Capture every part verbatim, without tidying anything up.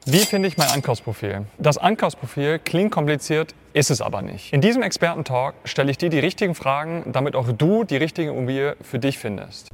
Wie finde ich mein Ankaufsprofil? Das Ankaufsprofil klingt kompliziert, ist es aber nicht. In diesem Experten-Talk stelle ich dir die richtigen Fragen, damit auch du die richtige Immobilie für dich findest.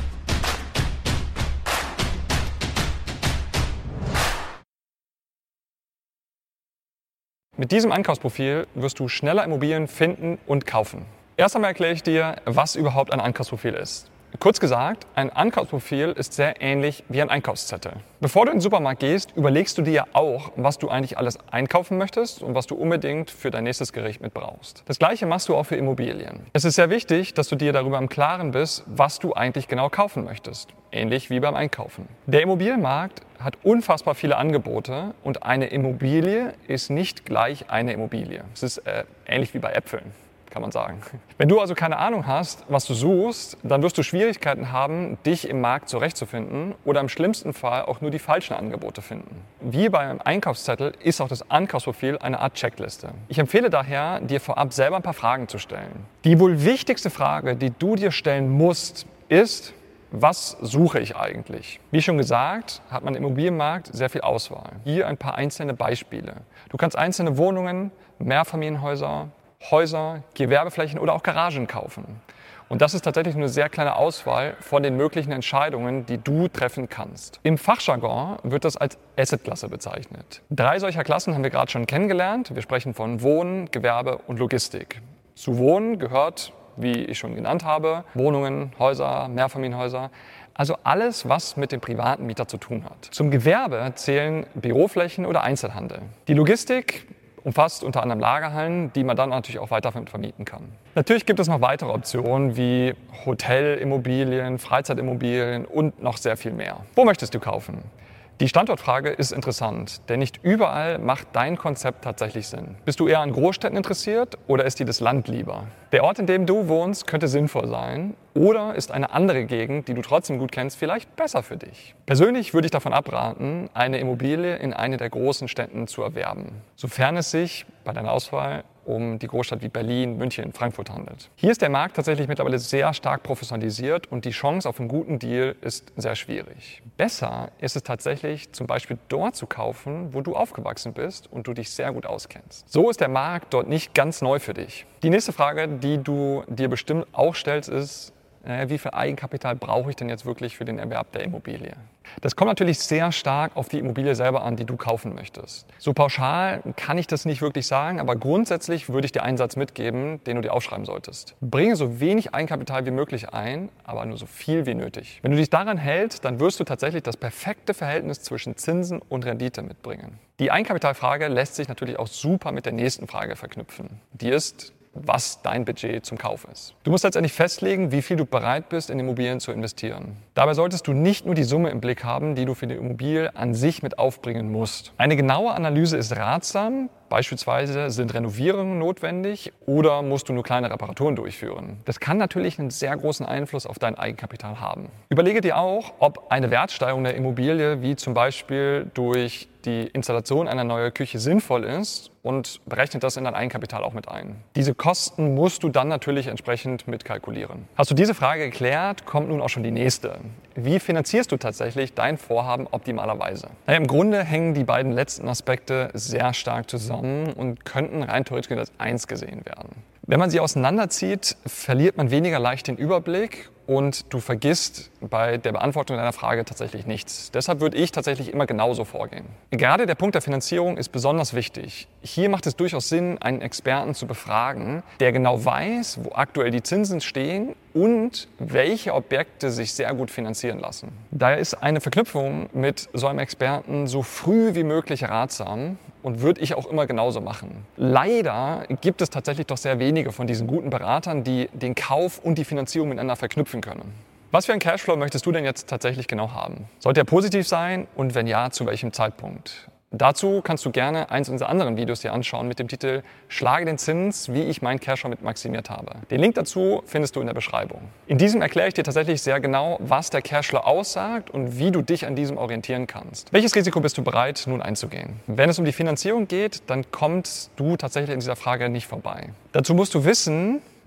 Mit diesem Ankaufsprofil wirst du schneller Immobilien finden und kaufen. Erst einmal erkläre ich dir, was überhaupt ein Ankaufsprofil ist. Kurz gesagt, ein Ankaufsprofil ist sehr ähnlich wie ein Einkaufszettel. Bevor du in den Supermarkt gehst, überlegst du dir ja auch, was du eigentlich alles einkaufen möchtest und was du unbedingt für dein nächstes Gericht mit brauchst. Das Gleiche machst du auch für Immobilien. Es ist sehr wichtig, dass du dir darüber im Klaren bist, was du eigentlich genau kaufen möchtest. Ähnlich wie beim Einkaufen. Der Immobilienmarkt hat unfassbar viele Angebote und eine Immobilie ist nicht gleich eine Immobilie. Es ist äh, ähnlich wie bei Äpfeln, kann man sagen. Wenn du also keine Ahnung hast, was du suchst, dann wirst du Schwierigkeiten haben, dich im Markt zurechtzufinden oder im schlimmsten Fall auch nur die falschen Angebote finden. Wie beim Einkaufszettel ist auch das Ankaufsprofil eine Art Checkliste. Ich empfehle daher, dir vorab selber ein paar Fragen zu stellen. Die wohl wichtigste Frage, die du dir stellen musst, ist: Was suche ich eigentlich? Wie schon gesagt, hat man im Immobilienmarkt sehr viel Auswahl. Hier ein paar einzelne Beispiele. Du kannst einzelne Wohnungen, Mehrfamilienhäuser, Häuser, Gewerbeflächen oder auch Garagen kaufen. Und das ist tatsächlich nur eine sehr kleine Auswahl von den möglichen Entscheidungen, die du treffen kannst. Im Fachjargon wird das als Assetklasse bezeichnet. Drei solcher Klassen haben wir gerade schon kennengelernt. Wir sprechen von Wohnen, Gewerbe und Logistik. Zu Wohnen gehört, wie ich schon genannt habe, Wohnungen, Häuser, Mehrfamilienhäuser. Also alles, was mit dem privaten Mieter zu tun hat. Zum Gewerbe zählen Büroflächen oder Einzelhandel. Die Logistik umfasst unter anderem Lagerhallen, die man dann natürlich auch weiter vermieten kann. Natürlich gibt es noch weitere Optionen wie Hotelimmobilien, Freizeitimmobilien und noch sehr viel mehr. Wo möchtest du kaufen? Die Standortfrage ist interessant, denn nicht überall macht dein Konzept tatsächlich Sinn. Bist du eher an Großstädten interessiert oder ist dir das Land lieber? Der Ort, in dem du wohnst, könnte sinnvoll sein oder ist eine andere Gegend, die du trotzdem gut kennst, vielleicht besser für dich. Persönlich würde ich davon abraten, eine Immobilie in eine der großen Städten zu erwerben, sofern es sich bei deiner Auswahl um die Großstadt wie Berlin, München, Frankfurt handelt. Hier ist der Markt tatsächlich mittlerweile sehr stark professionalisiert und die Chance auf einen guten Deal ist sehr schwierig. Besser ist es tatsächlich, zum Beispiel dort zu kaufen, wo du aufgewachsen bist und du dich sehr gut auskennst. So ist der Markt dort nicht ganz neu für dich. Die nächste Frage, die du dir bestimmt auch stellst, ist: Wie viel Eigenkapital brauche ich denn jetzt wirklich für den Erwerb der Immobilie? Das kommt natürlich sehr stark auf die Immobilie selber an, die du kaufen möchtest. So pauschal kann ich das nicht wirklich sagen, aber grundsätzlich würde ich dir einen Satz mitgeben, den du dir aufschreiben solltest. Bringe so wenig Eigenkapital wie möglich ein, aber nur so viel wie nötig. Wenn du dich daran hältst, dann wirst du tatsächlich das perfekte Verhältnis zwischen Zinsen und Rendite mitbringen. Die Eigenkapitalfrage lässt sich natürlich auch super mit der nächsten Frage verknüpfen. Die ist: was dein Budget zum Kauf ist. Du musst letztendlich festlegen, wie viel du bereit bist, in Immobilien zu investieren. Dabei solltest du nicht nur die Summe im Blick haben, die du für die Immobilie an sich mit aufbringen musst. Eine genaue Analyse ist ratsam. Beispielsweise sind Renovierungen notwendig oder musst du nur kleine Reparaturen durchführen. Das kann natürlich einen sehr großen Einfluss auf dein Eigenkapital haben. Überlege dir auch, ob eine Wertsteigerung der Immobilie, wie zum Beispiel durch die Installation einer neuen Küche, sinnvoll ist und berechne das in dein Eigenkapital auch mit ein. Diese Kosten musst du dann natürlich entsprechend mitkalkulieren. Hast du diese Frage geklärt, kommt nun auch schon die nächste. Wie finanzierst du tatsächlich dein Vorhaben optimalerweise? Naja, im Grunde hängen die beiden letzten Aspekte sehr stark zusammen und könnten rein theoretisch als eins gesehen werden. Wenn man sie auseinanderzieht, verliert man weniger leicht den Überblick und du vergisst bei der Beantwortung deiner Frage tatsächlich nichts. Deshalb würde ich tatsächlich immer genauso vorgehen. Gerade der Punkt der Finanzierung ist besonders wichtig. Hier macht es durchaus Sinn, einen Experten zu befragen, der genau weiß, wo aktuell die Zinsen stehen und welche Objekte sich sehr gut finanzieren lassen. Daher ist eine Verknüpfung mit so einem Experten so früh wie möglich ratsam und würde ich auch immer genauso machen. Leider gibt es tatsächlich doch sehr wenige von diesen guten Beratern, die den Kauf und die Finanzierung miteinander verknüpfen können. Was für einen Cashflow möchtest du denn jetzt tatsächlich genau haben? Sollte er positiv sein und wenn ja, zu welchem Zeitpunkt? Dazu kannst du gerne eins unserer anderen Videos dir anschauen mit dem Titel "Schlage den Zins, wie ich meinen Cashflow mit maximiert habe". Den Link dazu findest du in der Beschreibung. In diesem erkläre ich dir tatsächlich sehr genau, was der Cashflow aussagt und wie du dich an diesem orientieren kannst. Welches Risiko bist du bereit, nun einzugehen? Wenn es um die Finanzierung geht, dann kommst du tatsächlich in dieser Frage nicht vorbei. Dazu musst du wissen,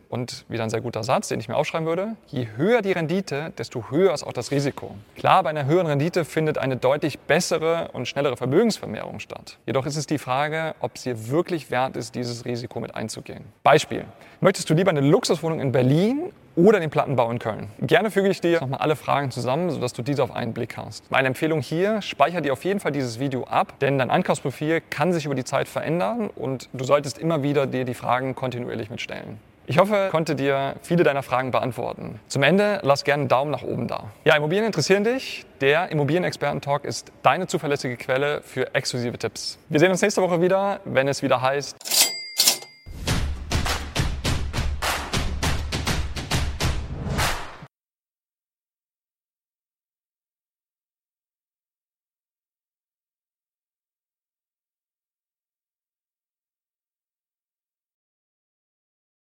Und wieder ein sehr guter Satz, den ich mir aufschreiben würde: Je höher die Rendite, desto höher ist auch das Risiko. Klar, bei einer höheren Rendite findet eine deutlich bessere und schnellere Vermögensvermehrung statt. Jedoch ist es die Frage, ob es dir wirklich wert ist, dieses Risiko mit einzugehen. Beispiel: Möchtest du lieber eine Luxuswohnung in Berlin oder den Plattenbau in Köln? Gerne füge ich dir nochmal alle Fragen zusammen, sodass du diese auf einen Blick hast. Meine Empfehlung hier: Speicher dir auf jeden Fall dieses Video ab, denn dein Ankaufsprofil kann sich über die Zeit verändern und du solltest immer wieder dir die Fragen kontinuierlich mitstellen. Ich hoffe, ich konnte dir viele deiner Fragen beantworten. Zum Ende lass gerne einen Daumen nach oben da. Ja, Immobilien interessieren dich? Der Immobilienexperten-Talk ist deine zuverlässige Quelle für exklusive Tipps. Wir sehen uns nächste Woche wieder, wenn es wieder heißt: